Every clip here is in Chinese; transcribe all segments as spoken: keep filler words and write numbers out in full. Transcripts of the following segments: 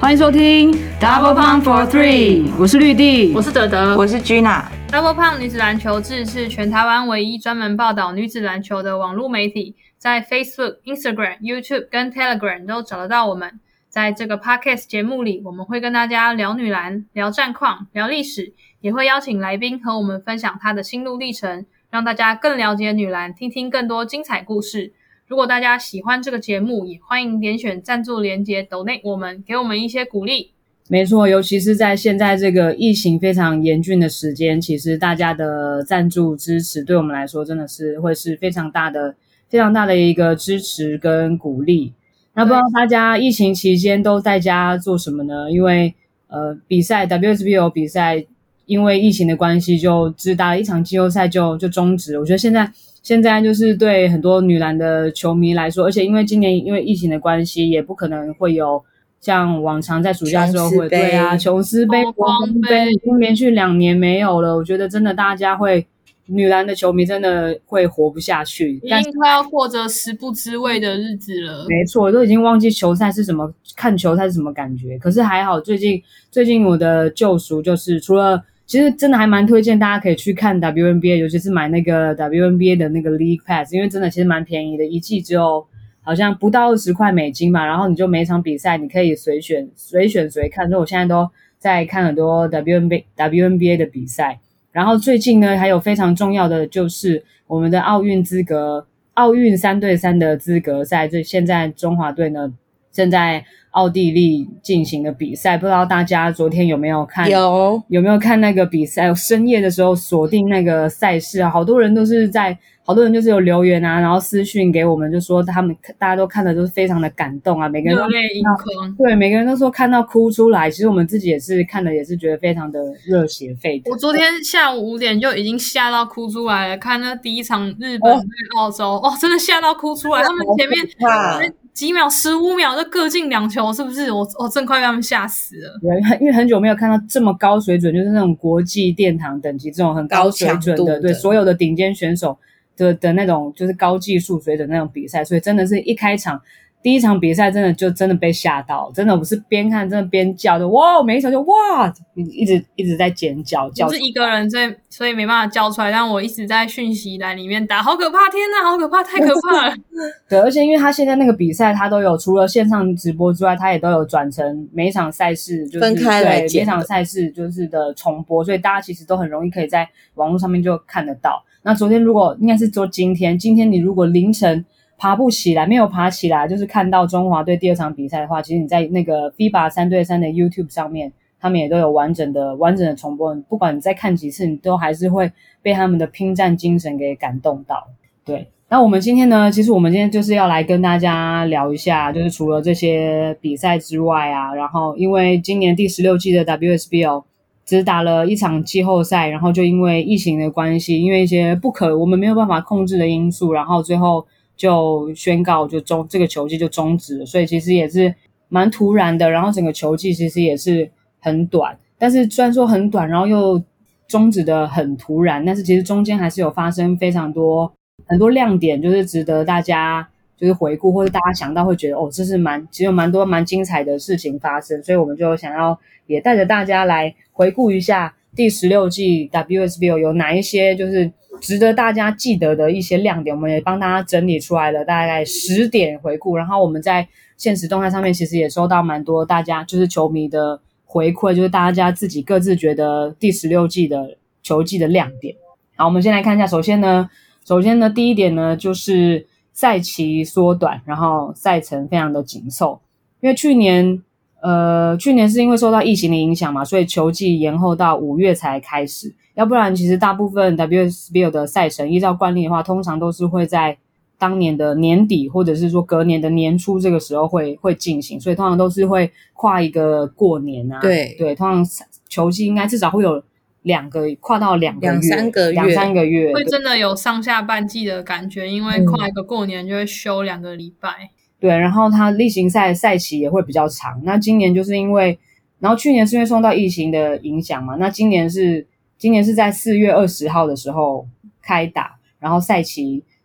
欢迎收听 Double Pump for Three， 我是绿地， 我是德德， 我是 Gina。 Double Pump 女子篮球志是全台湾唯一专门报道女子篮球的网络媒体，在 Facebook、Instagram、YouTube 跟 Telegram 都找得到我们。在这个 Podcast 节目里，我们会跟大家聊女篮、聊战况、聊历史，也会邀请来宾和我们分享他的心路历程，让大家更了解女篮，听听更多精彩故事。如果大家喜欢这个节目，也欢迎点选赞助连结 Donate 我们，给我们一些鼓励。 没错，尤其是在现在这个疫情非常严峻的时间，其实大家的赞助支持对我们来说真的是会是非常大的非常大的一个支持跟鼓励。那不知道大家疫情期间都在家做什么呢？因为呃比赛 W S B O 比赛因为疫情的关系就只打了一场季后赛就就终止了。我觉得现在现在就是对很多女篮的球迷来说，而且因为今年因为疫情的关系，也不可能会有像往常在暑假的时候会对啊琼斯杯、国光杯已经连续两年没有了。我觉得真的大家会女篮的球迷真的会活不下去， 已经快要过着食不知味的日子了。 没错，都已经忘记球赛是什么，看球赛是什么感觉。可是还好，最近最近我的救赎就是除了。其实真的还蛮推荐大家可以去看 W N B A， 尤其是买那个 W N B A 的那个 League Pass， 因为真的其实蛮便宜的，一季只有好像不到二十块美金吧，然后你就每一场比赛你可以随选随选随看，所以我现在都在看很多 W N B A W N B A 的比赛。然后最近呢还有非常重要的就是我们的奥运资格奥运三对三的资格赛，这现在中华队呢正在奥地利进行的比赛，不知道大家昨天有没有看？ 有有没有看那个比赛？深夜的时候锁定那个赛事啊，好多人都是在，好多人就是有留言啊，然后私讯给我们，就说他们大家都看的都是非常的感动啊，每个人都热泪盈眶， 对，每个人都说看到哭出来。其实我们自己也是看的，也是觉得非常的热血沸腾。 我昨天下午五点就已经吓到哭出来了，看那第一场日本对澳洲，哦，真的吓到哭出来。他们前面几秒十五秒就各进两球，是不是？我我真快被他们吓死了。 对，因为很久没有看到这么高水准，就是那种国际殿堂等级这种很高水准 的, 的对所有的顶尖选手的的那种就是高技术水准那种比赛，所以真的是一开场第一场比赛真的就真的被吓到，真的我是边看真的边叫的哇，每一场就哇一直一直在尖叫叫。 我是一个人所以所以没办法叫出来，但我一直在讯息栏里面打好可怕，天哪好可怕，太可怕了。 对，而且因为他现在那个比赛他都有除了线上直播之外，他也都有转成每一场赛事就是分开来对每场赛事就是的重播，所以大家其实都很容易可以在网络上面就看得到。那昨天如果应该是说今天今天你如果凌晨爬不起来，没有爬起来，就是看到中华队第二场比赛的话，其实你在那个 F I B A 三对三的 YouTube 上面，他们也都有完整的完整的重播，不管你再看几次，你都还是会被他们的拼战精神给感动到。对，那我们今天呢，其实我们今天就是要来跟大家聊一下，就是除了这些比赛之外啊，然后因为今年第十六季的 W S B O 只打了一场季后赛，然后就因为疫情的关系，因为一些不可我们没有办法控制的因素，然后最后就宣告就终这个球季就终止了，所以其实也是蛮突然的，然后整个球季其实也是很短，但是虽然说很短，然后又终止的很突然，但是其实中间还是有发生非常多很多亮点，就是值得大家就是回顾，或者大家想到会觉得哦，这是蛮其实有蛮多蛮精彩的事情发生，所以我们就想要也带着大家来回顾一下第十六季 W S B O 有哪一些就是值得大家记得的一些亮点，我们也帮大家整理出来了大概十点回顾，然后我们在现实动态上面其实也收到蛮多大家就是球迷的回馈，就是大家自己各自觉得第十六季的球季的亮点。好，我们先来看一下，首先呢首先呢第一点呢就是赛期缩短，然后赛程非常的紧凑，因为去年呃，去年是因为受到疫情的影响嘛，所以球季延后到五月才开始，要不然其实大部分 W S B O 的赛程依照惯例的话，通常都是会在当年的年底或者是说隔年的年初这个时候会会进行，所以通常都是会跨一个过年啊， 对对，通常球季应该至少会有两个跨到两个月两三个月两三个月会真的有上下半季的感觉，因为跨一个过年就会休两个礼拜。 对，然后它例行赛赛期也会比较长。那今年就是因为，然后去年是因为受到疫情的影响嘛，那今年是今年是在四月二十号的时候开打，然后赛期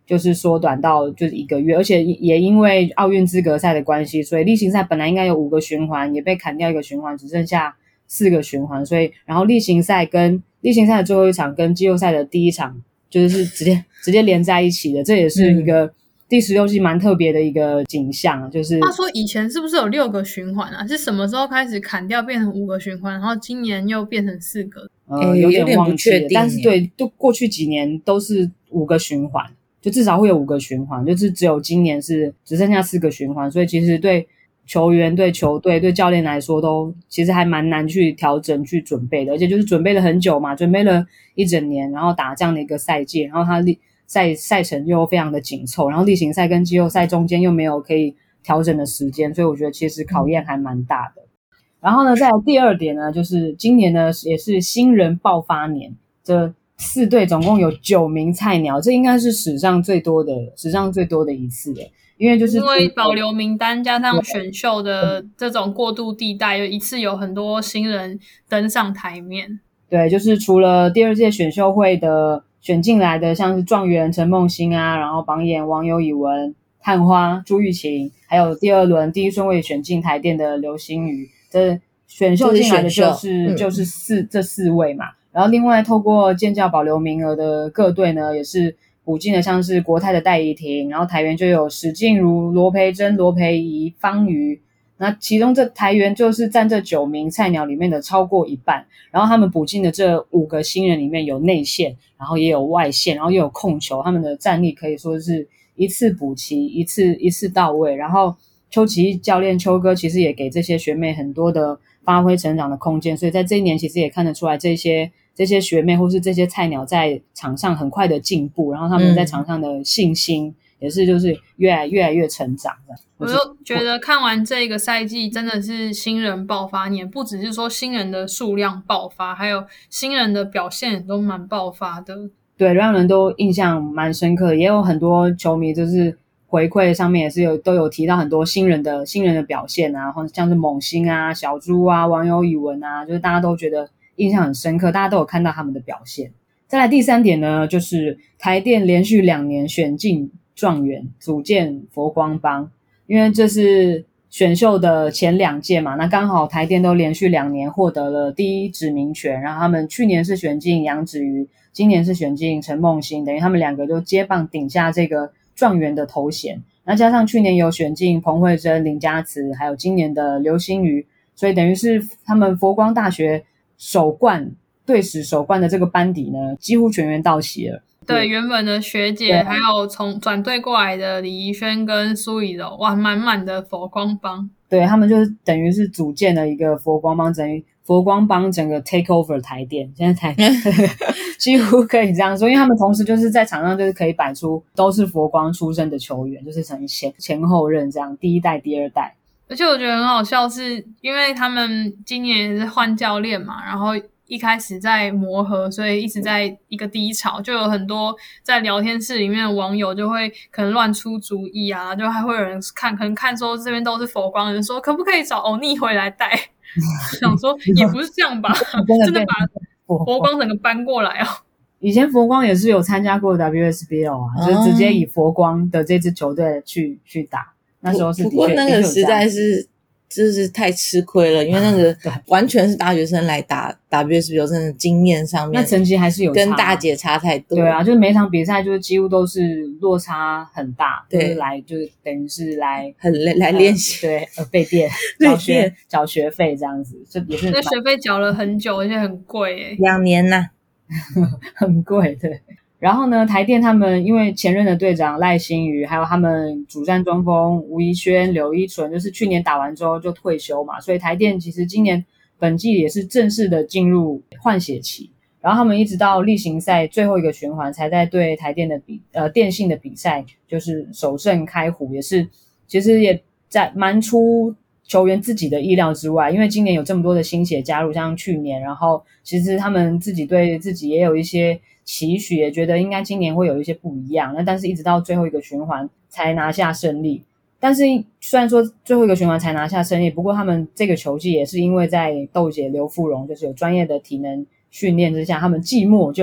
就是缩短到就是一个月，而且也因为奥运资格赛的关系，所以例行赛本来应该有五个循环，也被砍掉一个循环，只剩下四个循环，所以然后例行赛跟例行赛的最后一场跟季后赛的第一场就是直接直接连在一起的，这也是一个第十六季蛮特别的一个景象，就是他说以前是不是有六个循环啊？是什么时候开始砍掉变成五个循环，然后今年又变成四个？ 呃，有点忘记了，但是对，就过去几年都是五个循环，就至少会有五个循环，就是只有今年是只剩下四个循环，所以其实对球员、对球队、对教练来说都其实还蛮难去调整、去准备的，而且就是准备了很久嘛，准备了一整年，然后打这样的一个赛季，然后他赛赛程又非常的紧凑，然后例行赛跟季后赛中间又没有可以调整的时间，所以我觉得其实考验还蛮大的。然后呢，再来第二点呢，就是今年呢也是新人爆发年，这四队总共有九名菜鸟，这应该是史上最多的史上最多的一次的，因为就是因为保留名单加上选秀的这种过渡地带，有一次有很多新人登上台面。 对，就是除了第二届选秀会的选进来的，像是状元陈梦欣啊，然后榜眼王尤以文、探花朱玉琴，还有第二轮第一顺位选进台电的刘星宇，这选秀进来的就是、嗯、就是四这四位嘛。然后另外透过建教保留名额的各队呢，也是补进了像是国泰的戴怡婷，然后台元就有史静茹、罗培珍、罗培仪、方瑜。那其中这台元就是占这九名菜鸟里面的超过一半，然后他们补进的这五个新人里面有内线，然后也有外线，然后也有控球，他们的战力可以说是一次补齐，一次一次到位。然后邱启义教练邱哥其实也给这些学妹很多的发挥成长的空间，所以在这一年其实也看得出来这些这些学妹或是这些菜鸟在场上很快的进步，然后他们在场上的信心、嗯、也是就是越来越来越成长的。 我就觉得看完这个赛季真的是新人爆发年，不只是说新人的数量爆发，还有新人的表现都蛮爆发的。 对，让人都印象蛮深刻的，也有很多球迷就是回馈上面也是有都有提到很多新人的新人的表现啊，或者像是猛星啊、小猪啊、王尤以文啊，就是大家都觉得印象很深刻，大家都有看到他们的表现。再来第三点呢，就是台电连续两年选进状元，组建佛光帮。因为这是选秀的前两届嘛，那刚好台电都连续两年获得了第一指名权，然后他们去年是选进杨芷瑜，今年是选进陈梦欣，等于他们两个就接棒顶下这个状元的头衔。那加上去年有选进彭慧珍、林佳慈，还有今年的刘星瑜，所以等于是他们佛光大学首冠队史首冠的这个班底呢，几乎全员到齐了。 对，原本的学姐还有从转队过来的李怡萱跟苏以柔，哇，满满的佛光帮。 对，他们就是等于是组建了一个佛光帮，等于佛光帮整个 take over 台电，现在台几乎可以这样说，因为他们同时就是在场上就是可以摆出都是佛光出身的球员，就是成前前后任这样，第一代第二代。 而且我觉得很好笑是因为他们今年也是换教练嘛，然后一开始在磨合，所以一直在一个低潮，就有很多在聊天室里面的网友就会可能乱出主意啊，就还会有人看可能看说这边都是佛光人，说可不可以找欧尼回来带想说也不是这样吧真的把佛光整个搬过来哦。 以前佛光也是有参加过 W S B L 啊、哦、就是直接以佛光的这支球队去去打，那时候是的确， 不过那个实在是就是太吃亏了，因为那个完全是大学生来打 W S B L， 真的经验上面那成绩还是有差， 跟大姐差太多。 对啊，就是每场比赛就是几乎都是落差很大，对，就是来就是等于是来很累来练习、 呃，对，呃备垫缴学缴学费这样子，这也是那学费缴了很久，而且很贵诶， 两年呐、啊， 很贵，对。然后呢，台电他们因为前任的队长赖星瑜，还有他们主战中锋吴怡萱、刘依纯，就是去年打完之后就退休嘛，所以台电其实今年本季也是正式的进入换血期。然后他们一直到例行赛最后一个循环才在对台电的比呃电信的比赛就是首胜开胡，也是其实也在蛮出球员自己的意料之外，因为今年有这么多的新血加入，像去年，然后其实他们自己对自己也有一些期许，也觉得应该今年会有一些不一样，那但是一直到最后一个循环才拿下胜利。但是虽然说最后一个循环才拿下胜利，不过他们这个球季也是因为在豆姐刘富荣就是有专业的体能训练之下，他们季末就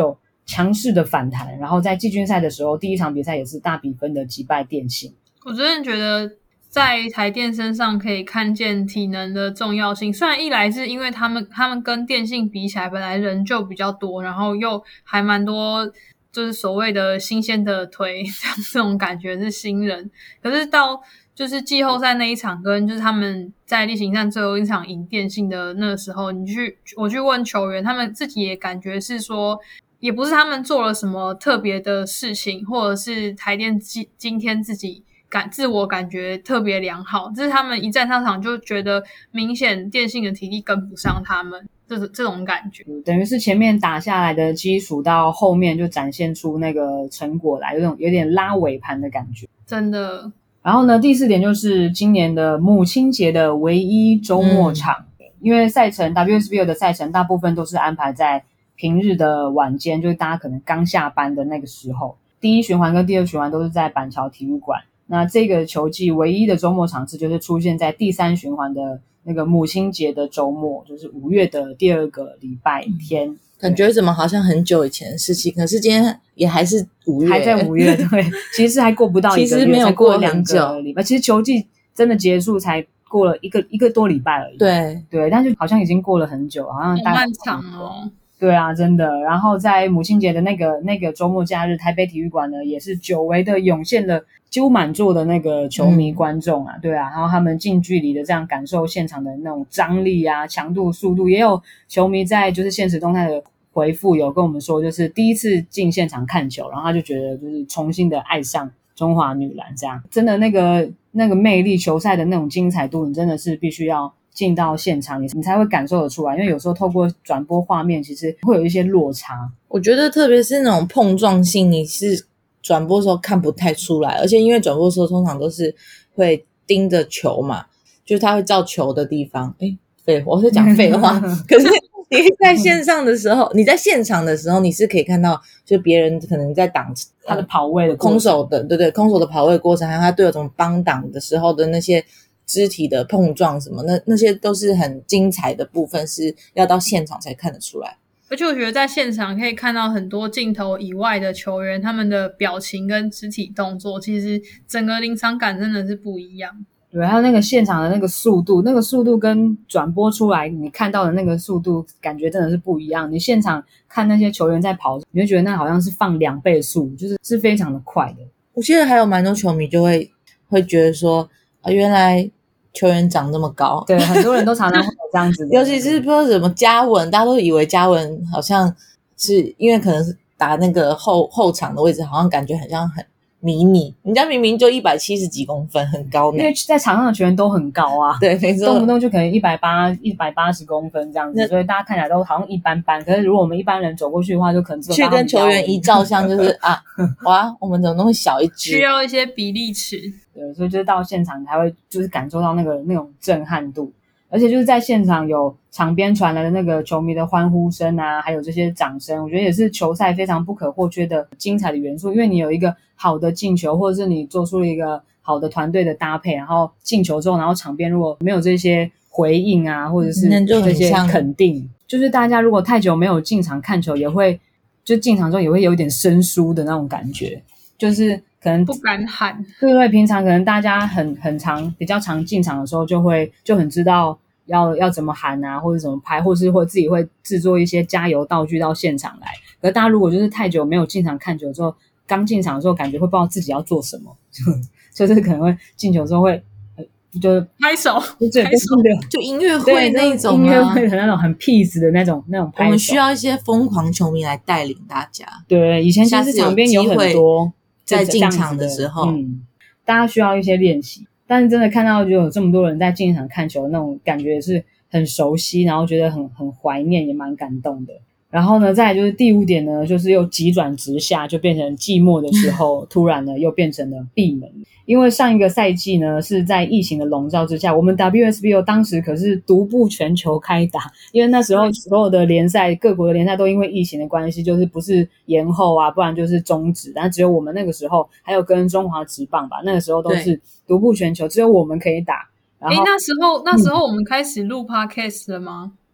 强势的反弹，然后在季军赛的时候第一场比赛也是大比分的击败电信。 我真的觉得在台电身上可以看见体能的重要性，虽然一来是因为他们他们跟电信比起来本来人就比较多，然后又还蛮多就是所谓的新鲜的推，这种感觉是新人，可是到就是季后赛那一场跟就是他们在例行赛最后一场赢电信的那个时候，你去我去问球员，他们自己也感觉是说也不是他们做了什么特别的事情，或者是台电今今天自己感自我感觉特别良好，这是他们一站上场就觉得明显电信的体力跟不上他们，这这种感觉， 等于是前面打下来的基础到后面就展现出那个成果来，有种有点拉尾盘的感觉， 真的。 然后呢，第四点就是今年的母亲节的唯一周末场，嗯、因为赛程 W S B O 的赛程大部分都是安排在平日的晚间，就是大家可能刚下班的那个时候，第一循环跟第二循环都是在板桥体育馆。那这个球季唯一的周末场次就是出现在第三循环的那个母亲节的周末，就是五月的第二个礼拜天。嗯、 感觉怎么好像很久以前的事情，可是今天也还是五月， 还在五月，对，其实还过不到一个月， 其实没有过两个礼拜，其实球季真的结束才过了一个一个多礼拜而已。 对对，但是好像已经过了很久，好像好漫长哦。 对啊，真的。然后在母亲节的那个那个周末假日，台北体育馆呢也是久违的涌现了几乎满座的那个球迷观众啊，嗯、对啊，然后他们近距离的这样感受现场的那种张力啊、强度、速度，也有球迷在就是现实动态的回复有跟我们说，就是第一次进现场看球，然后他就觉得就是重新的爱上中华女篮，这样真的那个那个魅力，球赛的那种精彩度，你真的是必须要进到现场，你你才会感受得出来，因为有时候透过转播画面，其实会有一些落差。 我觉得特别是那种碰撞性，你是转播的时候看不太出来，而且因为转播的时候通常都是会盯着球嘛，就是他会照球的地方。诶废我是讲废话，可是你在线上的时候，你在现场的时候，你是可以看到，就别人可能在挡他的跑位的空手的，对对，空手的跑位过程，还有他队友怎么帮挡的时候的那些肢体的碰撞什么，那那些都是很精彩的部分，是要到现场才看得出来。 而且我觉得在现场可以看到很多镜头以外的球员，他们的表情跟肢体动作，其实整个临场感真的是不一样。 对，还有那个现场的那个速度，那个速度跟转播出来你看到的那个速度，感觉真的是不一样。你现场看那些球员在跑，你会觉得那好像是放两倍速，就是是非常的快的。 我记得还有蛮多球迷就会会觉得说，啊，原来球员长这么高。 对，很多人都常常会有这样子的尤其是不知道什么嘉文，大家都以为嘉文好像是因为可能是打那个后后场的位置，好像感觉很像很迷你，人家明明就一百七十几公分，很高呢。 因为在场上的球员都很高啊， 对，没错， 动不动就可能一百八、一百八十公分这样子，所以大家看起来都好像一般般。可是如果我们一般人走过去的话，就可能去跟球员一照相，就是啊，哇，我们怎么那么小一只？ 需要一些比例尺。 对，所以就是到现场才会就是感受到那个那种震撼度。而且就是在现场有场边传来的那个球迷的欢呼声啊，还有这些掌声，我觉得也是球赛非常不可或缺的精彩的元素。因为你有一个好的进球，或者是你做出了一个好的团队的搭配，然后进球之后，然后场边如果没有这些回应啊，或者是这些肯定，就是大家如果太久没有进场看球，也会就进场之后也会有一点生疏的那种感觉，就是可能不敢喊。 对对，平常可能大家很很常比较常进场的时候，就会就很知道要要怎么喊啊，或者怎么拍，或是或自己会制作一些加油道具到现场来。可是大家如果就是太久没有进场看球之后，刚进场的时候感觉会不知道自己要做什么，就是可能会进球之后会就拍手， 就拍手， 就音乐会那种、啊、 音乐会的那种很 peace 的那种那种拍手。 我们需要一些疯狂球迷来带领大家。 对，以前其实场边有很多在进场的时候， 嗯，大家需要一些练习。但是真的看到就有这么多人在进场看球的那种感觉是很熟悉，然后觉得很很怀念，也蛮感动的。然后呢，再来就是第五点呢，就是又急转直下，就变成季末的时候突然呢又变成了闭门。因为上一个赛季呢是在疫情的笼罩之下，我们 W S B O 当时可是独步全球开打，因为那时候所有的联赛，各国的联赛都因为疫情的关系，就是不是延后啊，不然就是终止，但只有我们那个时候还有跟中华职棒吧，那个时候都是独步全球，只有我们可以打。然后诶，那时候那时候我们开始录 podcast 了吗？ 嗯、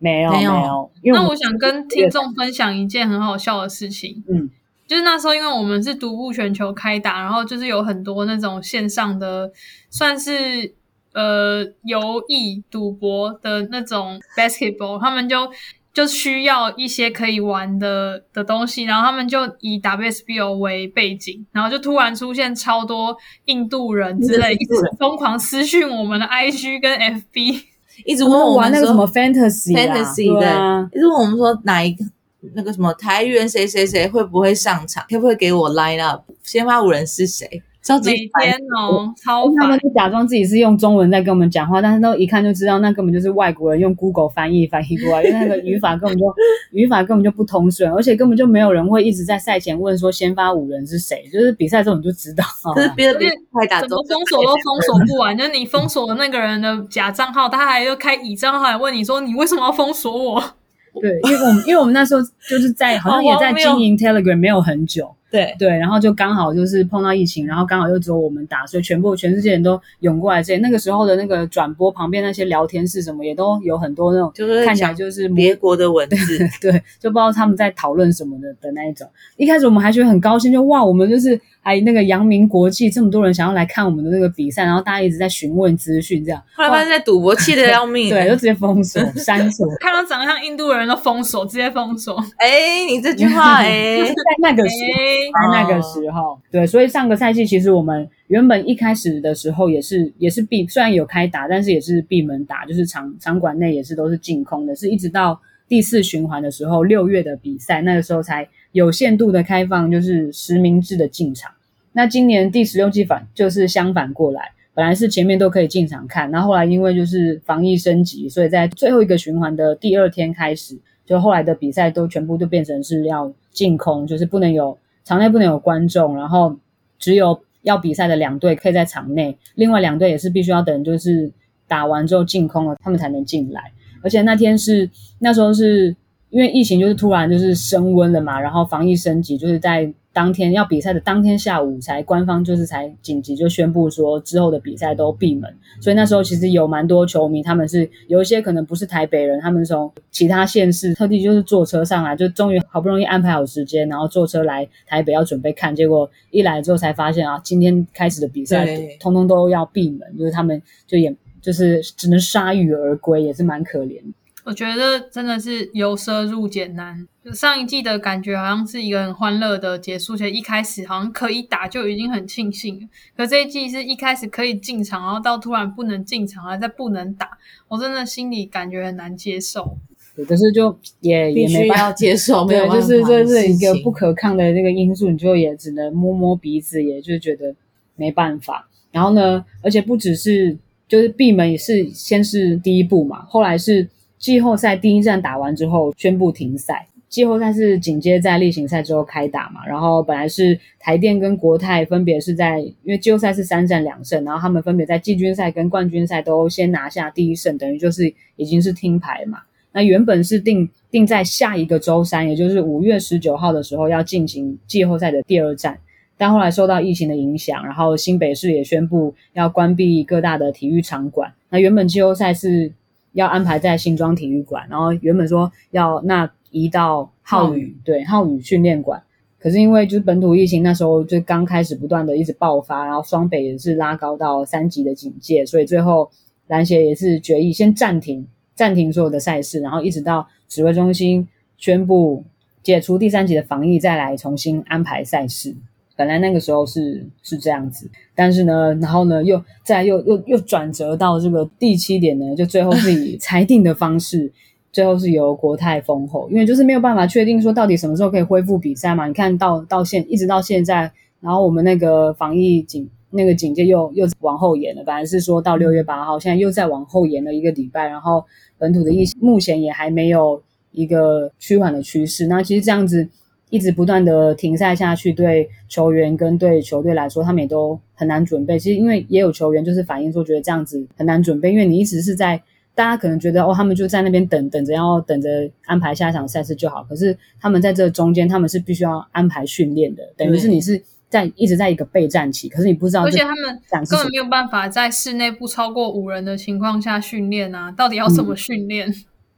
没有没有没有，因为那我想跟听众分享一件很好笑的事情， 嗯， 就是那时候因为我们是独步全球开打，然后就是有很多那种线上的算是呃游艺赌博的那种 basketball， 他们就就需要一些可以玩的的东西，然后他们就以 W S B O 为背景，然后就突然出现超多印度人之类，一直疯狂私讯我们的 I G 跟 F B， 一直问我们说玩那个什么 fantasy 啊 fantasy 对啊， 一直问我们说哪一个那个什么台员谁谁谁会不会上场，可不可以给我 line up， 先发五人是谁，超级每天哦超他们烦。 都假装自己是用中文在跟我们讲话，但是都一看就知道那根本就是外国人用 Google 翻译翻译过来，因为那个语法根本就语法根本就不通顺，而且根本就没有人会一直在赛前问说先发五人是谁，就是比赛之后你就知道。 可是别的比赛打怎么封锁都封锁不完，就是你封锁的那个人的假账号，他还要开乙账号来问你说你为什么要封锁我？ 对，因为我们因为我们那时候就是在好像也在经营 Telegram 没有很久。 对对，然后就刚好就是碰到疫情，然后刚好又只有我们打，所以全部全世界人都涌过来这里。那个时候的那个转播旁边那些聊天室什么也都有很多那种， 就是看起来就是别国的文字， 对，就不知道他们在讨论什么的的那一种。一开始我们还觉得很高兴，就哇，我们就是还那个扬名国际，这么多人想要来看我们的那个比赛，然后大家一直在询问资讯，这样。 后来发现在赌博，气得要命， 对，就直接封锁、删除。 看到长得像印度人都封锁，直接封锁。 哎，你这句话哎， 在那个时候，在那个时候，对，所以上个赛季其实我们原本一开始的时候也是也是闭，虽然有开打，但是也是闭门打，就是场场馆内也是都是净空的，是一直到第四循环的时候，六月的比赛，那个时候才有限度的开放，就是实名制的进场。那今年第十六季反就是相反过来，本来是前面都可以进场看，然后后来因为就是防疫升级，所以在最后一个循环的第二天开始，就后来的比赛都全部都变成是要净空，就是不能有场内不能有观众，然后只有要比赛的两队可以在场内，另外两队也是必须要等就是打完之后净空了他们才能进来。而且那天是那时候是因为疫情就是突然就是升温了嘛，然后防疫升级，就是在当天要比赛的当天下午才官方就是才紧急就宣布说之后的比赛都闭门，所以那时候其实有蛮多球迷，他们是有一些可能不是台北人，他们从其他县市特地就是坐车上来，就终于好不容易安排好时间，然后坐车来台北要准备看，结果一来之后才发现啊，今天开始的比赛通通都要闭门，就是他们就也就是只能铩羽而归，也是蛮可怜的。 我觉得真的是由奢入俭难，就上一季的感觉好像是一个很欢乐的结束，且一开始好像可以打就已经很庆幸了，可这一季是一开始可以进场，然后到突然不能进场了再不能打，我真的心里感觉很难接受。 对，可是就也也没办法要接受，没有对，就是这是一个不可抗的这个因素，你就也只能摸摸鼻子，也就觉得没办法。然后呢，而且不只是就是闭门也是先是第一步嘛，后来是季后赛第一站打完之后宣布停赛，季后赛是紧接在例行赛之后开打嘛，然后本来是台电跟国泰分别是在，因为季后赛是三战两胜，然后他们分别在季军赛跟冠军赛都先拿下第一胜，等于就是已经是听牌嘛。那原本是定定在下一个周三，也就是五月十九号的时候要进行季后赛的第二战，但后来受到疫情的影响，然后新北市也宣布要关闭各大的体育场馆。那原本季后赛是要安排在新庄体育馆，然后原本说要那移到浩宇，对，浩宇训练馆。可是因为就是本土疫情那时候就刚开始不断的一直爆发，然后双北也是拉高到三级的警戒，所以最后篮协也是决议先暂停暂停所有的赛事，然后一直到指挥中心宣布解除第三级的防疫，再来重新安排赛事。本来那个时候是是这样子，但是呢，然后呢，又再又又又转折到这个第七点呢，就最后是以裁定的方式，最后是由国泰封后，因为就是没有办法确定说到底什么时候可以恢复比赛嘛。你看到到现一直到现在，然后我们那个防疫警那个警戒又又往后延了，本来是说到六月八号，现在又再往后延了一个礼拜，然后本土的疫情目前也还没有一个趋缓的趋势。那其实这样子一直不断的停赛下去，对球员跟对球队来说他们也都很难准备。其实因为也有球员就是反映说觉得这样子很难准备，因为你一直是在大家可能觉得哦他们就在那边等等着要等着安排下一场赛事就好，可是他们在这中间他们是必须要安排训练的，等于是你是在一直在一个备战期，可是你不知道， 而且他们根本没有办法在室内不超过五人的情况下训练啊，到底要怎么训练、嗯、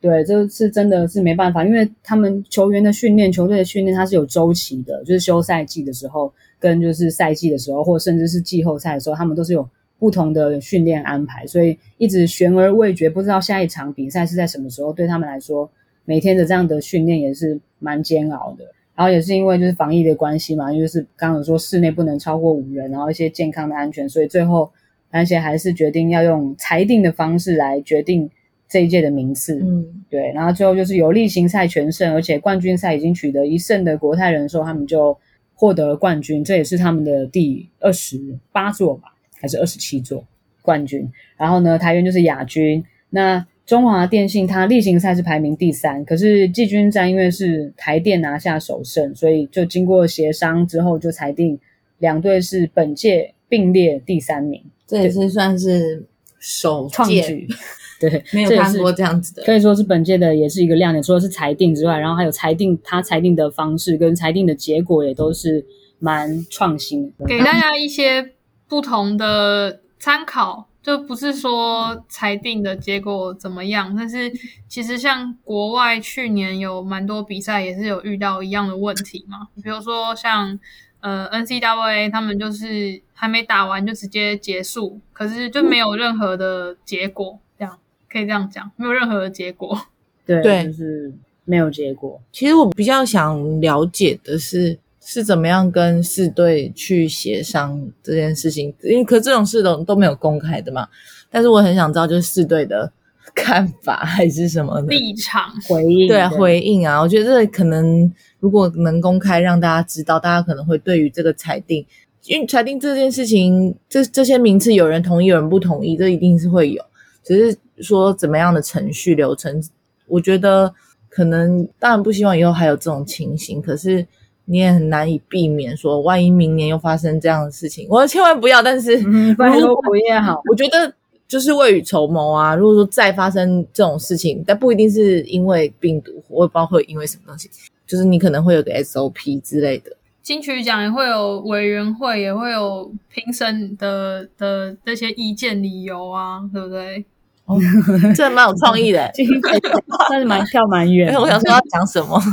对，这是真的是没办法，因为他们球员的训练，球队的训练它是有周期的，就是休赛季的时候跟就是赛季的时候，或甚至是季后赛的时候，他们都是有不同的训练安排，所以一直悬而未决，不知道下一场比赛是在什么时候，对他们来说每天的这样的训练也是蛮煎熬的。然后也是因为就是防疫的关系嘛，就是刚刚有说室内不能超过五人，然后一些健康的安全，所以最后篮协还是决定要用裁定的方式来决定这一届的名次。 嗯， 对，然后最后就是有例行赛全胜，而且冠军赛已经取得一胜的国泰人寿，他们就获得了冠军，这也是他们的第二十八座吧，还是二十七座冠军。然后呢，台元就是亚军。那中华电信它例行赛是排名第三，可是季军战因为是台电拿下首胜，所以就经过协商之后就裁定两队是本届并列第三名， 这也是算是首创届举。对， 没有看过这样子的， 可以说是本届的也是一个亮点，除了是裁定之外，然后还有裁定他裁定的方式跟裁定的结果也都是蛮创新的， 给大家一些不同的参考。就不是说裁定的结果怎么样，但是其实像国外去年有蛮多比赛也是有遇到一样的问题嘛，比如说像呃 N C double A 他们就是还没打完就直接结束，可是就没有任何的结果，这样可以这样讲，没有任何的结果。 对， 对就是没有结果。 其实我比较想了解的是是怎么样跟四队去协商这件事情，因为可这种事都都没有公开的嘛。但是我很想知道，就是四队的看法还是什么的立场回应， 对啊，回应啊，我觉得这可能如果能公开让大家知道，大家可能会对于这个裁定，因为裁定这件事情，这这些名次有人同意，有人不同意，这一定是会有，只是说怎么样的程序流程，我觉得可能当然不希望以后还有这种情形，可是你也很难以避免说万一明年又发生这样的事情，我千万不要，但是嗯，拜托不要好， 我觉得就是未雨绸缪啊，如果说再发生这种事情，但不一定是因为病毒，我也不知道会因为什么东西，就是你可能会有个 S O P 之类的。 金曲奖也会有委员会，也会有评审的的这些意见理由啊，对不对？ 哦，这蛮有创意的， 但是蛮跳蛮远。 我想说要讲什么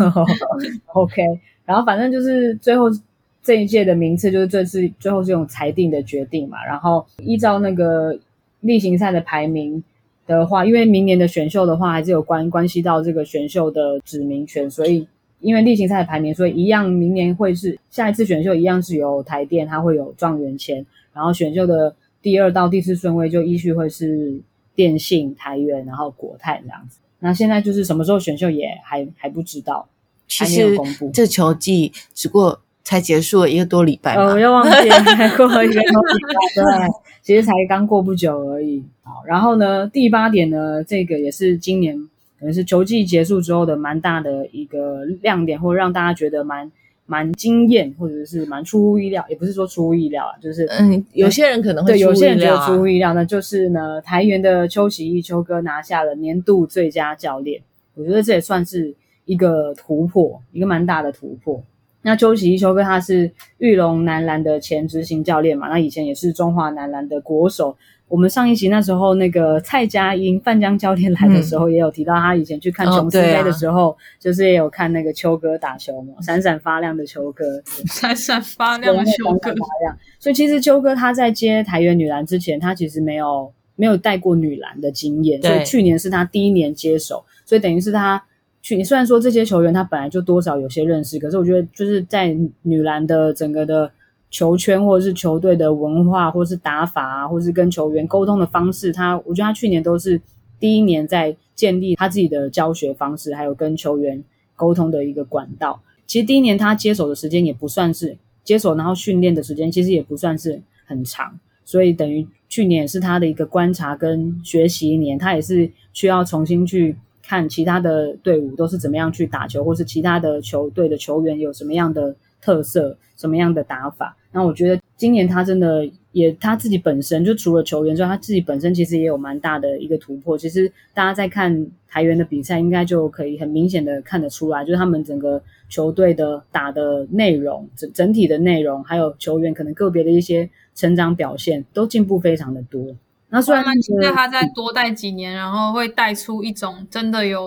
？OK， 然后反正就是最后这一届的名次就是这次最后是用裁定的决定嘛，然后依照那个例行赛的排名的话，因为明年的选秀的话还是有关关系到这个选秀的指名权，所以因为例行赛的排名，所以一样明年会是下一次选秀一样是由台电它会有状元签，然后选秀的第二到第四顺位就依序会是电信、台元，然后国泰这样子。那现在就是什么时候选秀也还还不知道， 其实这球季只过才结束了一个多礼拜嘛， 呃，我又忘记了，才过了一个多礼拜，对，其实才刚过不久而已。好，然后呢，第八点呢，这个也是今年可能是球季结束之后的蛮大的一个亮点，或者让大家觉得蛮蛮惊艳，或者是蛮出乎意料，也不是说出乎意料啊，就是嗯，有些人可能会对， 出乎意料、啊、 有些人觉得出乎意料，那就是呢，台元的邱启义邱哥拿下了年度最佳教练，我觉得这也算是一个突破，一个蛮大的突破。那邱启义邱哥他是裕隆男篮的前执行教练嘛，那以前也是中华男篮的国手。我们上一集那时候那个蔡佳音范江教练来的时候，也有提到他以前去看琼斯杯的时候，哦啊、就是也有看那个邱哥打球嘛，闪闪发亮的邱哥， 闪闪发亮的邱哥。 所以其实邱哥他在接台元女篮之前，他其实没有没有带过女篮的经验，所以去年是他第一年接手，所以等于是他去年虽然说这些球员他本来就多少有些认识，可是我觉得就是在女篮的整个的球圈或者是球队的文化或是打法啊，或是跟球员沟通的方式，他我觉得他去年都是第一年在建立他自己的教学方式，还有跟球员沟通的一个管道。其实第一年他接手的时间也不算是接手，然后训练的时间其实也不算是很长，所以等于去年也是他的一个观察跟学习年，他也是需要重新去看其他的队伍都是怎么样去打球，或是其他的球队的球员有什么样的特色，什么样的打法。那我觉得今年他真的也他自己本身就除了球员之外，他自己本身其实也有蛮大的一个突破。其实大家在看台元的比赛应该就可以很明显的看得出来，就是他们整个球队的打的内容，整整体的内容，还有球员可能个别的一些成长表现都进步非常的多。那虽然蛮期待他再多带几年，然后会带出一种真的有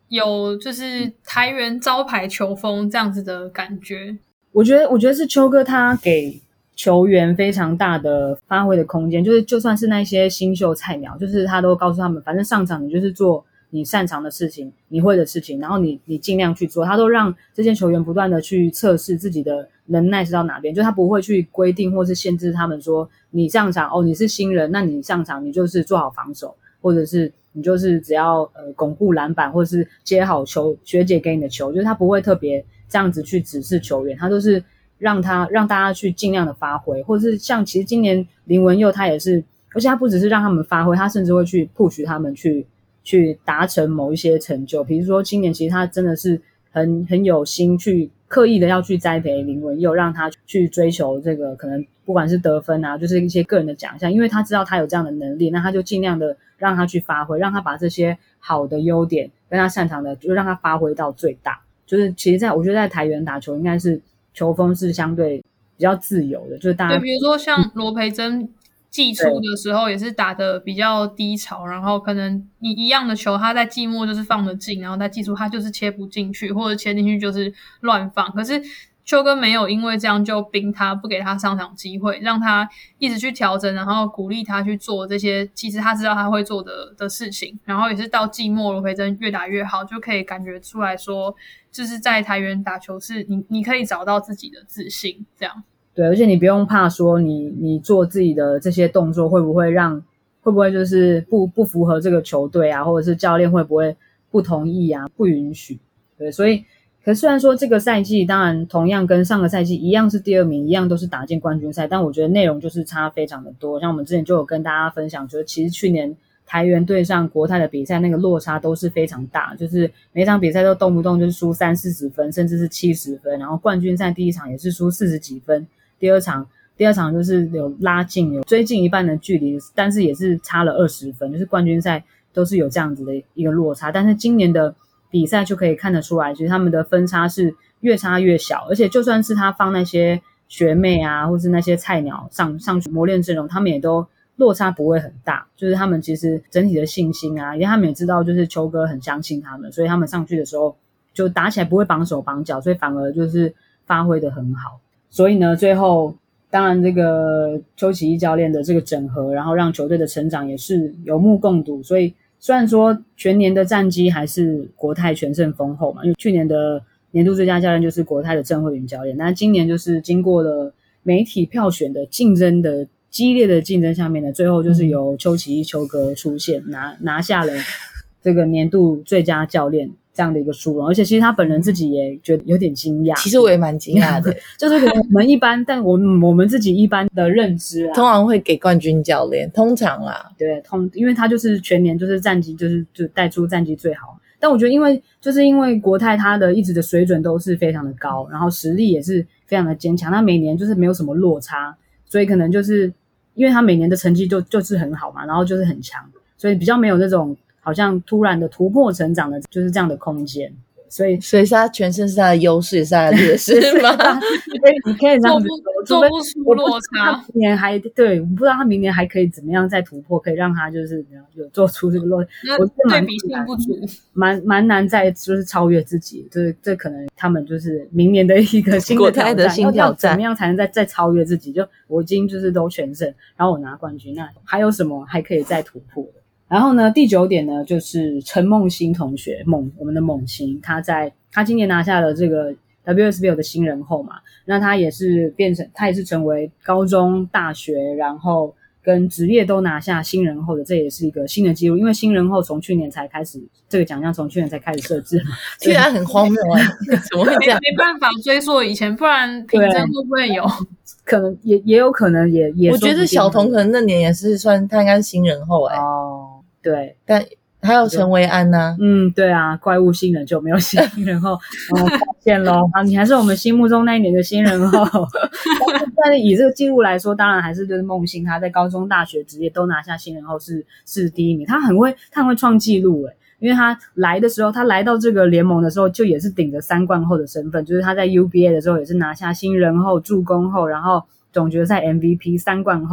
有就是台元招牌球风这样子的感觉。 我觉得我觉得是邱哥他给球员非常大的发挥的空间，就是就算是那些新秀菜鸟，就是他都告诉他们，反正上场你就是做你擅长的事情，你会的事情，然后你你尽量去做，他都让这些球员不断的去测试自己的能耐是到哪边，就他不会去规定或是限制他们说你上场哦你是新人，那你上场你就是做好防守，或者是你就是只要呃巩固篮板，或者是接好球学姐给你的球，就是他不会特别这样子去指示球员，他都是让他让大家去尽量的发挥，或者是像其实今年林文佑他也是，而且他不只是让他们发挥，他甚至会去 push 他们去去达成某一些成就。比如说今年其实他真的是很很有心去刻意的要去栽培林文佑，让他去追求这个可能不管是得分啊，就是一些个人的奖项，因为他知道他有这样的能力，那他就尽量的让他去发挥，让他把这些好的优点跟他擅长的就让他发挥到最大。就是其实在我觉得在台元打球应该是球风是相对比较自由的，就是大家对，比如说像罗培珍季初的时候也是打得比较低潮，然后可能你一样的球他在季末就是放得进，然后在季初他就是切不进去，或者切进去就是乱放，可是邱哥没有因为这样就逼他不给他上场机会，让他一直去调整，然后鼓励他去做这些其实他知道他会做的的事情，然后也是到季末罗培珍越打越好，就可以感觉出来说就是在台元打球是你你可以找到自己的自信这样。 对，而且你不用怕说你你做自己的这些动作会不会让会不会就是不不符合这个球队啊，或者是教练会不会不同意啊，不允许。对，所以可是虽然说这个赛季当然同样跟上个赛季一样是第二名，一样都是打进冠军赛，但我觉得内容就是差非常的多。像我们之前就有跟大家分享，就是其实去年台元对上国泰的比赛那个落差都是非常大，就是每场比赛都动不动就是输三四十分，甚至是七十分，然后冠军赛第一场也是输四十几分，第二场第二场就是有拉近有追近一半的距离，但是也是差了二十分，就是冠军赛都是有这样子的一个落差，但是今年的比赛就可以看得出来，其实他们的分差是越差越小，而且就算是他放那些学妹啊或是那些菜鸟上上去磨练阵容，他们也都落差不会很大，就是他们其实整体的信心啊，因为他们也知道就是邱哥很相信他们，所以他们上去的时候就打起来不会绑手绑脚，所以反而就是发挥得很好。所以呢最后当然这个邱启一教练的这个整合，然后让球队的成长也是有目共睹，所以虽然说全年的战绩还是国泰全胜丰厚嘛，因为去年的年度最佳教练就是国泰的郑慧云教练，那今年就是经过了媒体票选的竞争的激烈的竞争下面呢，最后就是由邱启一邱哥出现，拿拿下了这个年度最佳教练这样的一个殊荣，而且其实他本人自己也觉得有点惊讶。 其实我也蛮惊讶的， 就是可能我们一般，但我们我们自己一般的认知啊， 通常会给冠军教练，通常啦， 对，通因为他就是全年就是战绩就是就带出战绩最好。但我觉得因为就是因为国泰他的一直的水准都是非常的高，然后实力也是非常的坚强，他每年就是没有什么落差，所以可能就是因为他每年的成绩就就是很好嘛，然后就是很强，所以比较没有那种好像突然的突破成长的就是这样的空间，所以所以是他全胜是他的优势也是他的劣势吗？ 所以你可以这样子做不出落差。 他明年还对，我不知道他明年还可以怎么样再突破，可以让他就是有做出这个落差。我觉得对比性不足， 蛮蛮难再就是超越自己，这这可能他们就是明年的一个新的挑战， 国泰的新挑战， 怎么样才能再再超越自己？就我已经就是都全胜，然后我拿冠军，那还有什么还可以再突破的？然后呢，第九点呢，就是陈梦欣同学，梦我们的梦欣，他在他今年拿下了这个 W S B L 的新人后嘛，那他也是变成他也是成为高中、大学，然后跟职业都拿下新人后的，这也是一个新的纪录，因为新人后从去年才开始，这个奖项从去年才开始设置嘛， 居然很荒谬啊！怎么会这样？ 没办法追溯以前，不然品珍会不会有？ 可能也也有可能也也， 我觉得小童可能那年也是算他应该是新人后哎、欸、 哦。对， 但还有陈维安呢、啊？ 嗯，对啊，怪物新人就没有新人后，我们发现咯。好，你还是我们心目中那一年的新人后。但是，但是以这个记录来说，当然还是就是梦欣他在高中、大学、职业都拿下新人后是是第一名，他很会，他很会创纪录诶。因为他来的时候，他来到这个联盟的时候，就也是顶着三冠后的身份，就是他在 U B A 的时候也是拿下新人后、助攻后，然后总决赛 M V P 三冠后。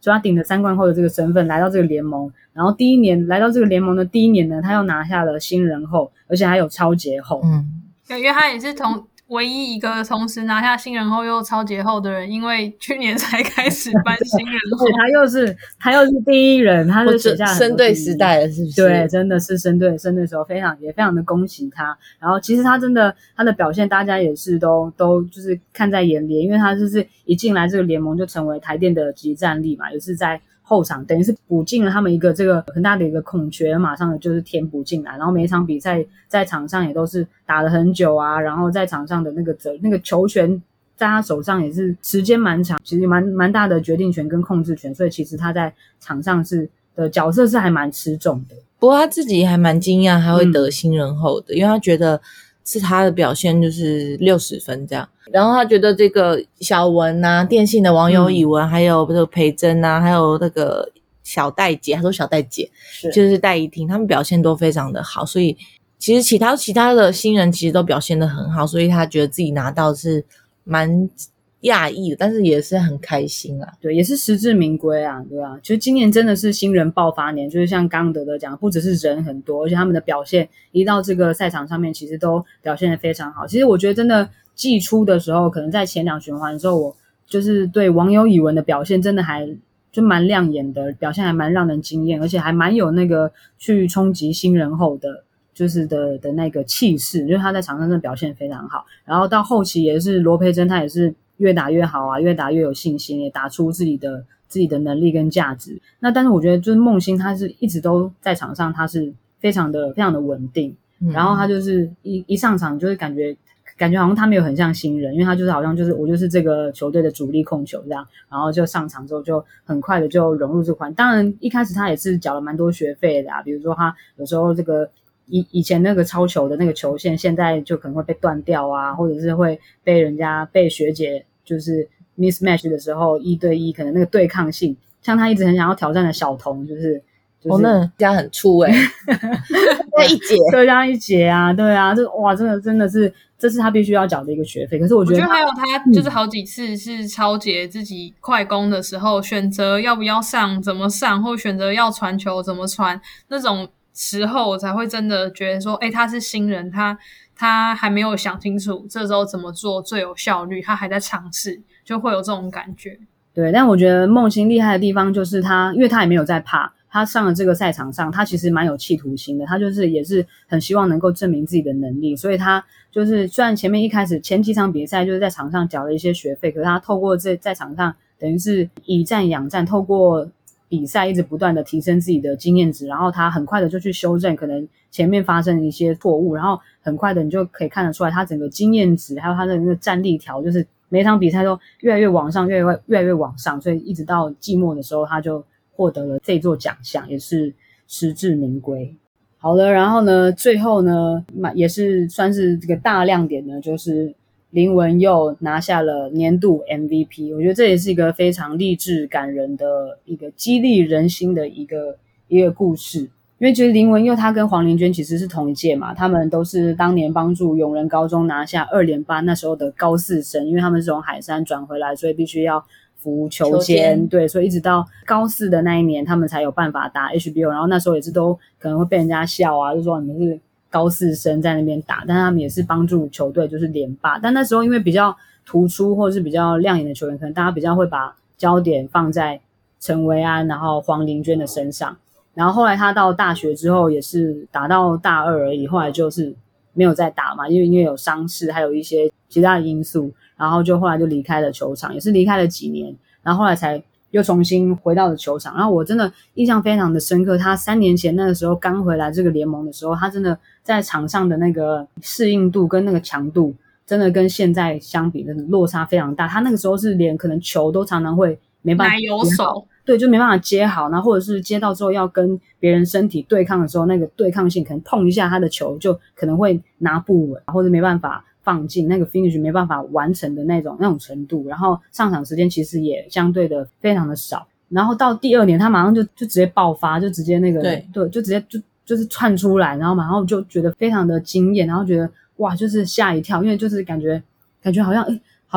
所以他顶着三冠后的这个身份来到这个联盟，然后第一年来到这个联盟的第一年呢，他又拿下了新人后，而且还有超节后。 嗯， 对，因为他也是同唯一一个同时拿下新人后又超节后的人，因为去年才开始颁新人后。 对，他又是他又是第一人，他是写下很多生队时代了，是不是？ 对，真的是生队生队时候非常也非常的恭喜他。然后其实他真的他的表现，大家也是都都就是看在眼里，因为他就是一进来这个联盟就成为台电的即战力嘛，也是在后场等于是补进了他们一个这个很大的一个空缺，马上就是填补进来，然后每一场比赛在场上也都是打了很久啊，然后在场上的那个责那个球权在他手上也是时间蛮长，其实蛮蛮大的决定权跟控制权，所以其实他在场上是的角色是还蛮吃重的。 不过他自己还蛮惊讶他会得新人后的、嗯、因为他觉得是他的表现就是六十分这样，然后他觉得这个小文啊，电信的网友以文、嗯、还有这个培珍啊，还有那个小戴姐，他说小戴姐是就是戴怡婷，他们表现都非常的好，所以其实其他其他的新人其实都表现得很好，所以他觉得自己拿到是蛮讶异的，但是也是很开心啊。 对，也是实至名归啊，对啊。其实今年真的是新人爆发年，就是像刚刚德德讲，不只是人很多，而且他们的表现一到这个赛场上面，其实都表现得非常好。其实我觉得真的季初的时候，可能在前两循环的时候，我就是对网友以文的表现真的还就蛮亮眼的，表现还蛮让人惊艳，而且还蛮有那个去冲击新人后的就是的的那个气势，就是他在场上真的表现非常好。然后到后期也是罗培珍，他也是越打越好啊，越打越有信心，也打出自己的自己的能力跟价值。那但是我觉得就是梦欣他是一直都在场上，他是非常的非常的稳定、嗯、然后他就是一一上场就是感觉感觉好像他没有很像新人，因为他就是好像就是我就是这个球队的主力控球这样，然后就上场之后就很快的就融入这款。当然一开始他也是缴了蛮多学费的啊，比如说他有时候这个以以前那个超球的那个球线现在就可能会被断掉啊，或者是会被人家被学姐就是 mismatch 的时候一对一可能那个对抗性，像他一直很想要挑战的小童就是就是、 哦，那家很粗诶、欸、那一节对，加一节啊，对啊，这哇真的真的是这是他必须要缴的一个学费。可是我觉得我觉得还有他就是好几次是超节自己快攻的时候、嗯、选择要不要上怎么上，或选择要传球怎么传，那种时候我才会真的觉得说诶他是新人，他他还没有想清楚这时候怎么做最有效率，他还在尝试，就会有这种感觉。对， 但我觉得梦欣厉害的地方就是他因为他也没有在怕，他上了这个赛场上他其实蛮有企图心的，他就是也是很希望能够证明自己的能力，所以他就是虽然前面一开始前几场比赛就是在场上缴了一些学费，可是他透过这在场上等于是以战养战，透过比赛一直不断的提升自己的经验值，然后他很快的就去修正可能前面发生的一些错误，然后很快的你就可以看得出来他整个经验值还有他的那个战力条就是每一场比赛都越来越往上越来越越来越往上，所以一直到季末的时候他就获得了这座奖项，也是实至名归。好的，然后呢最后呢也是算是这个大亮点呢，就是林文佑拿下了年度 M V P， 我觉得这也是一个非常励志感人的一个激励人心的一个一个故事。因为其实林文佑他跟黄玲娟其实是同一届嘛，他们都是当年帮助永仁高中拿下二连霸那时候的高四生，因为他们是从海山转回来，所以必须要服球监，对，所以一直到高四的那一年他们才有办法打 H B O， 然后那时候也是都可能会被人家笑啊，就说你们是高四生在那边打，但他们也是帮助球队就是连霸。但那时候因为比较突出或是比较亮眼的球员，可能大家比较会把焦点放在陈维安然后黄玲娟的身上，然后后来他到大学之后也是打到大二而已，后来就是没有再打嘛，因为因为有伤势还有一些其他的因素，然后就后来就离开了球场，也是离开了几年，然后后来才又重新回到了球场。然后我真的印象非常的深刻，他三年前那个时候刚回来这个联盟的时候，他真的在场上的那个适应度跟那个强度真的跟现在相比真的落差非常大，他那个时候是连可能球都常常会没办法奶油手， 对，就没办法接好，然后或者是接到之后要跟别人身体对抗的时候，那个对抗性可能碰一下他的球就可能会拿不稳，或者没办法放进那个 finish 没办法完成的那种那种程度，然后上场时间其实也相对的非常的少，然后到第二年他马上就就直接爆发，就直接那个对对就直接就就是窜出来，然后马上就觉得非常的惊艳，然后觉得哇就是吓一跳，因为就是感觉感觉好像诶好像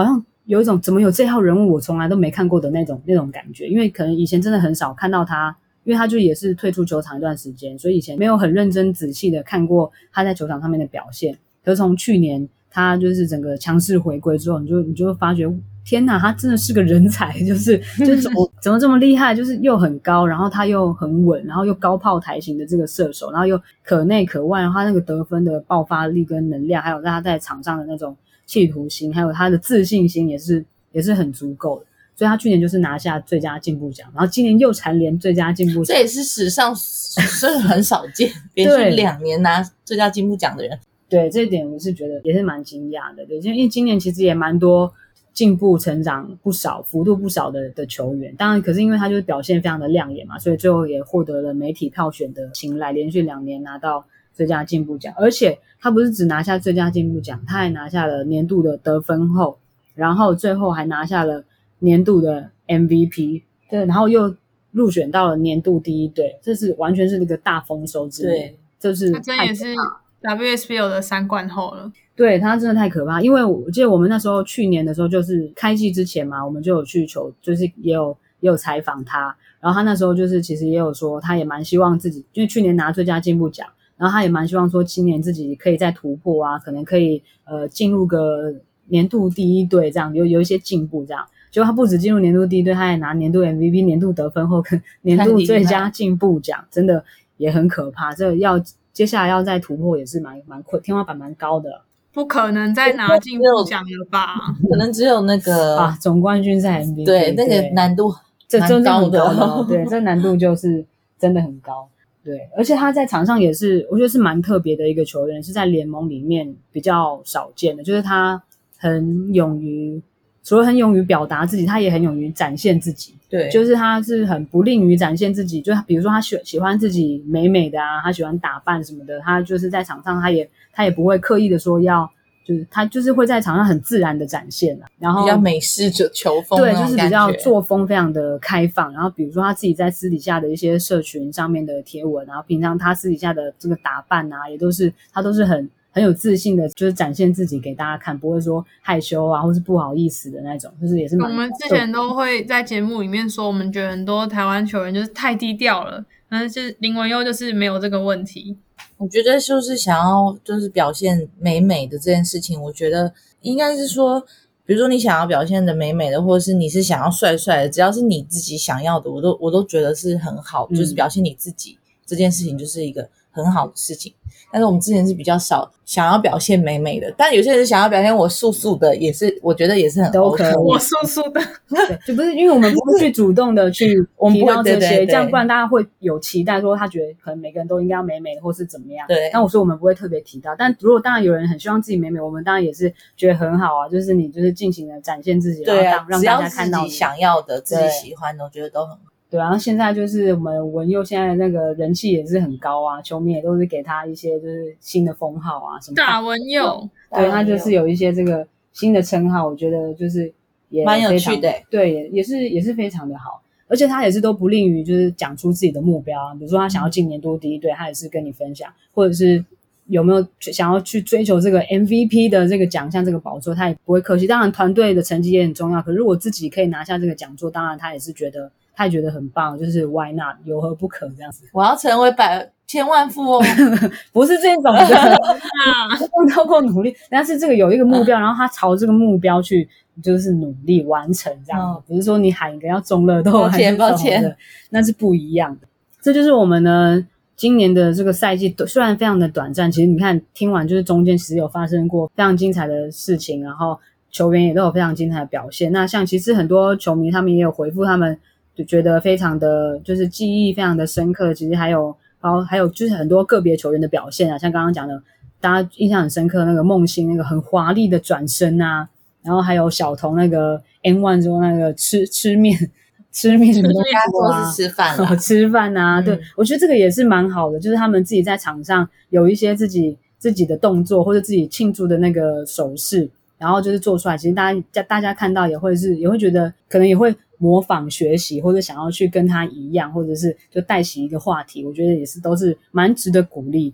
有一种怎么有这号人物我从来都没看过的那种那种感觉，因为可能以前真的很少看到他，因为他就也是退出球场一段时间，所以以前没有很认真仔细的看过他在球场上面的表现。可是从去年他就是整个强势回归之后，你就你就会发觉天哪，他真的是个人才，就是就是怎么怎么这么厉害，就是又很高，然后他又很稳，然后又高炮台型的这个射手，然后又可内可外，然后他那个得分的爆发力跟能量，还有他在场上的那种企图心，还有他的自信心也是也是很足够的。所以他去年就是拿下最佳进步奖，然后今年又蝉联最佳进步奖， 这也是史上是很少见，连续两年拿最佳进步奖的人。 对，这一点我是觉得也是蛮惊讶的。对，因为今年其实也蛮多进步成长不少幅度不少的的球员，当然可是因为他就是表现非常的亮眼嘛，所以最后也获得了媒体票选的青睐，连续两年拿到最佳进步奖。而且他不是只拿下最佳进步奖，他还拿下了年度的得分后，然后最后还拿下了年度的 M V P， 对，然后又入选到了年度第一队，这是完全是一个大丰收之年。 对， 这是这也是 W S B L 的三冠后了。 对，他真的太可怕，因为我记得我们那时候去年的时候就是开季之前嘛，我们就有去球，就是也有也有采访他，然后他那时候就是其实也有说他也蛮希望自己，因为去年拿最佳进步奖，然后他也蛮希望说今年自己可以再突破啊，可能可以呃进入个年度第一队这样，有有一些进步这样。结果他不止进入年度第一队，他还拿年度 M V P、年度得分后跟年度最佳进步奖，真的也很可怕。这要接下来要再突破也是蛮蛮困，天花板蛮高的。 不可能再拿进步奖了吧？ 可能只有那个啊，总冠军赛 M V P， 对，那个难度这真的很高的、哦，对，这难度就是真的很高。对，而且他在场上也是，我觉得是蛮特别的一个球员，是在联盟里面比较少见的，就是他很勇于，除了很勇于表达自己，他也很勇于展现自己。 对， 就是他是很不吝于展现自己，就比如说他喜喜欢自己美美的啊，他喜欢打扮什么的，他就是在场上他也他也不会刻意的说要，就是他就是会在场上很自然的展现啊，然后比较美式球风， 对，就是比较作风非常的开放，然后比如说他自己在私底下的一些社群上面的贴文，然后平常他私底下的这个打扮啊，也都是他都是很很有自信的，就是展现自己给大家看，不会说害羞啊或是不好意思的那种，就是也是蛮。 我们之前都会在节目里面说，我们觉得很多台湾球员就是太低调了，但是林文佑就是没有这个问题。 我觉得就是想要就是表现美美的这件事情，我觉得应该是说，比如说你想要表现的美美的，或者是你是想要帅帅的，只要是你自己想要的，我都我都觉得是很好， 嗯、 就是表现你自己这件事情就是一个很好的事情。但是我们之前是比较少想要表现美美的，但有些人想要表现我素素的，也是我觉得也是很 OK。 我素素的， 对，就不是因为我们不会去主动的去提到这些， 对对对， 这样不然大家会有期待说他觉得可能每个人都应该要美美的或是怎么样。 对， 但我说我们不会特别提到，但如果当然有人很希望自己美美，我们当然也是觉得很好啊，就是你就是尽情的展现自己， 对然后让大家看到自己想要的、自己喜欢的，我觉得都很好。 对，然后现在就是我们文佑现在的那个人气也是很高啊，球迷也都是给他一些就是新的封号啊什么。 大文佑， 对，他就是有一些这个新的称号，我觉得就是也蛮有趣的， 对，也也是也是非常的好，而且他也是都不吝于就是讲出自己的目标啊，比如说他想要进年度第一队，他也是跟你分享，或者是有没有想要去追求这个 M V P 的这个奖项这个宝座，他也不会客气。当然团队的成绩也很重要，可是如果自己可以拿下这个讲座，当然他也是觉得他也觉得很棒，就是 why not， 有何不可这样子。 我要成为百千万富翁， 不是这种的，不用透过努力，但是这个有一个目标，然后他朝这个目标去就是努力完成这样子，不是说你喊一个要中乐透， 抱歉抱歉， 那是不一样的。这就是我们呢今年的这个赛季虽然非常的短暂，其实你看听完就是中间其实有发生过非常精彩的事情，然后球员也都有非常精彩的表现。那像其实很多球迷他们也有回复，他们就觉得非常的就是记忆非常的深刻，其实还有包还有就是很多个别球员的表现啊，像刚刚讲的大家印象很深刻那个梦欣那个很华丽的转身啊，然后还有小童那个 N 一 之后那个吃吃面吃面什么东西啊，是吃饭啊， 吃饭啊，对、嗯、我觉得这个也是蛮好的，就是他们自己在场上有一些自己自己的动作或者自己庆祝的那个手势，然后就是做出来，其实大家大家看到也会是也会觉得可能也会模仿学习，或者想要去跟他一样，或者是就带起一个话题，我觉得也是都是蛮值得鼓励的。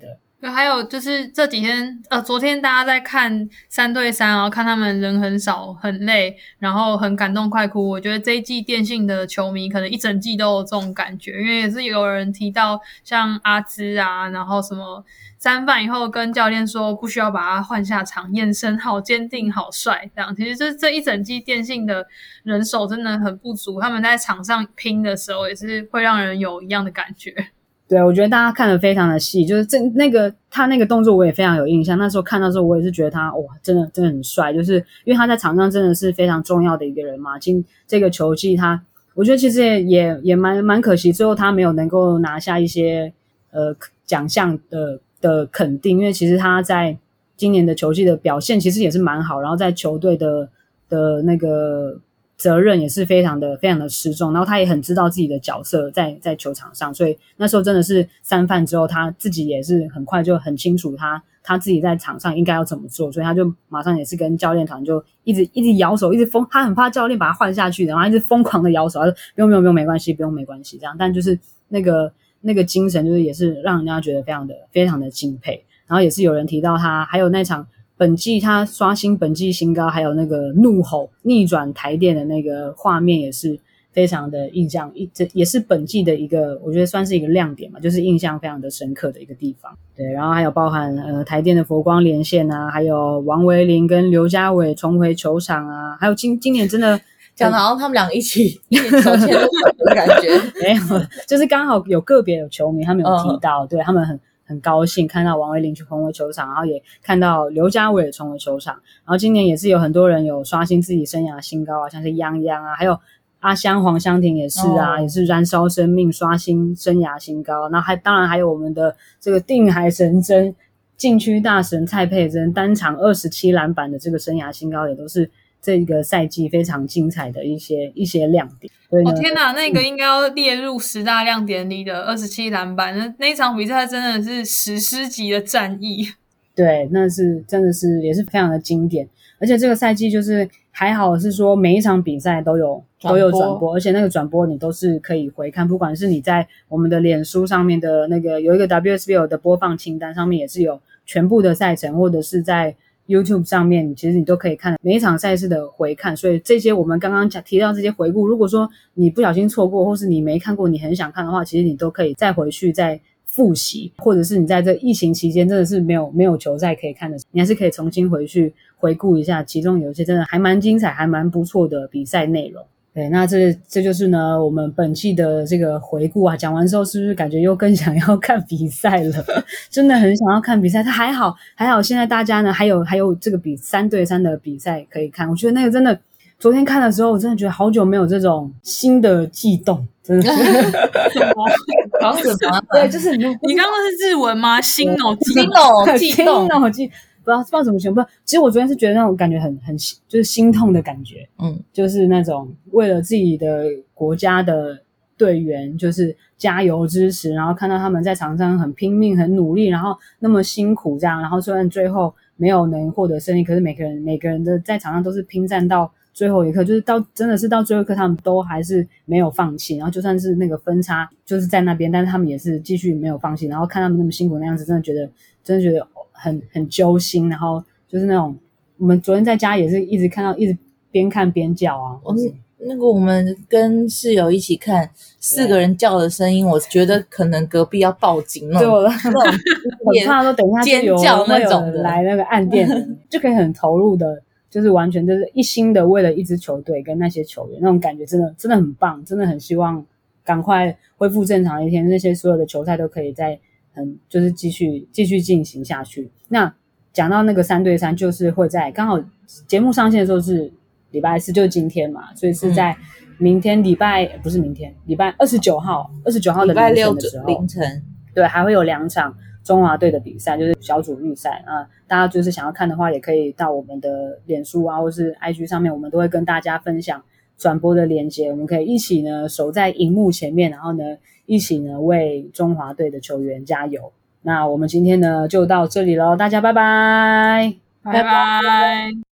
对，还有就是这几天，呃，昨天大家在看三对三，然后看他们人很少，很累，然后很感动，快哭。我觉得这一季电信的球迷可能一整季都有这种感觉，因为也是有人提到像阿兹啊，然后什么三犯以后跟教练说不需要把他换下场，眼神好坚定，好帅，这样。其实这这一整季电信的人手真的很不足，他们在场上拼的时候也是会让人有一样的感觉。 对，我觉得大家看得非常的细，就是这那个他那个动作我也非常有印象。那时候看到的时候，我也是觉得他哇，真的真的很帅，就是因为他在场上真的是非常重要的一个人嘛。今这个球季他，我觉得其实也也也蛮蛮可惜，最后他没有能够拿下一些呃奖项的的肯定，因为其实他在今年的球季的表现其实也是蛮好，然后在球队的的那个责任也是非常的非常的失重，然后他也很知道自己的角色在在球场上，所以那时候真的是三犯之后，他自己也是很快就很清楚他他自己在场上应该要怎么做，所以他就马上也是跟教练团就一直一直摇手，一直疯，他很怕教练把他换下去，然后一直疯狂的摇手，他说不用不用不用没关系，不用没关系这样，但就是那个那个精神就是也是让人家觉得非常的非常的敬佩，然后也是有人提到他还有那场。本季他刷新本季新高，还有那个怒吼逆转台电的那个画面也是非常的印象，这也是本季的一个我觉得算是一个亮点嘛，就是印象非常的深刻的一个地方。对，然后还有包含呃台电的佛光连线啊，还有王维林跟刘家伟重回球场啊，还有今今年真的讲得好像他们俩一起一起手牵手的感觉， 没有，就是刚好有个别有球迷他们有提到，嗯、对他们很。很高兴看到王维林去重回球场，然后也看到刘家伟重回球场，然后今年也是有很多人有刷新自己生涯新高啊，像是泱泱啊，还有阿香黄湘婷也是啊、哦、也是燃烧生命刷新生涯新高，然后还当然还有我们的这个定海神针禁区大神蔡佩珍单场二十七篮板的这个生涯新高，也都是这个赛季非常精彩的一些一些亮点。 哦天哪，那个应该要列入十大亮点里的二十七篮板，那那一场比赛真的是史诗级的战役。 对，那是真的是也是非常的经典，而且这个赛季就是还好是说每一场比赛都有都有转播，而且那个转播你都是可以回看，不管是你在我们的脸书上面的那个有一个 W S B L 的播放清单上面也是有全部的赛程，或者是在YouTube 上面其实你都可以看每一场赛事的回看，所以这些我们刚刚提到这些回顾，如果说你不小心错过或是你没看过你很想看的话，其实你都可以再回去再复习，或者是你在这疫情期间真的是没有没有球赛可以看的，你还是可以重新回去回顾一下，其中有一些真的还蛮精彩还蛮不错的比赛内容。对，那这这就是呢我们本季的这个回顾啊，讲完之后是不是感觉又更想要看比赛了？真的很想要看比赛。它还好还好现在大家呢还有还有这个比三对三的比赛可以看，我觉得那个真的昨天看的时候我真的觉得好久没有这种新的悸动，真的是好什么？ 对，就是你你刚刚是日文吗？新哦新哦悸动新哦悸不知道不知道怎么形容，不，其实我昨天是觉得那种感觉很很就是心痛的感觉，嗯，就是那种为了自己的国家的队员就是加油支持，然后看到他们在场上很拼命很努力，然后那么辛苦这样，然后虽然最后没有能获得胜利，可是每个人每个人的在场上都是拼战到最后一刻，就是到真的是到最后一刻他们都还是没有放弃，然后就算是那个分差就是在那边，但是他们也是继续没有放弃，然后看他们那么辛苦那样子，真的觉得真的觉得很很揪心，然后就是那种我们昨天在家也是一直看到一直边看边叫啊。 我是那个我们跟室友一起看四个人叫的声音，我觉得可能隔壁要报警那种， 对，我怕说等一下尖叫那种的来那个按电就可以很投入的，就是完全就是一心的为了一支球队跟那些球员，那种感觉真的真的很棒，真的很希望赶快恢复正常的一天，那些所有的球赛都可以在很就是继续继续进行下去。那讲到那个三对三，就是会在刚好节目上线的时候是礼拜四，就是今天嘛，所以是在明天礼拜、嗯、不是明天礼拜二十九号二十九号的凌晨的时候， 凌晨对，还会有两场中华队的比赛，就是小组预赛啊。大家就是想要看的话，也可以到我们的脸书啊，或是 I G 上面，我们都会跟大家分享转播的连结，我们可以一起呢守在荧幕前面，然后呢一起呢为中华队的球员加油。那我们今天呢就到这里咯，大家拜拜， 拜拜。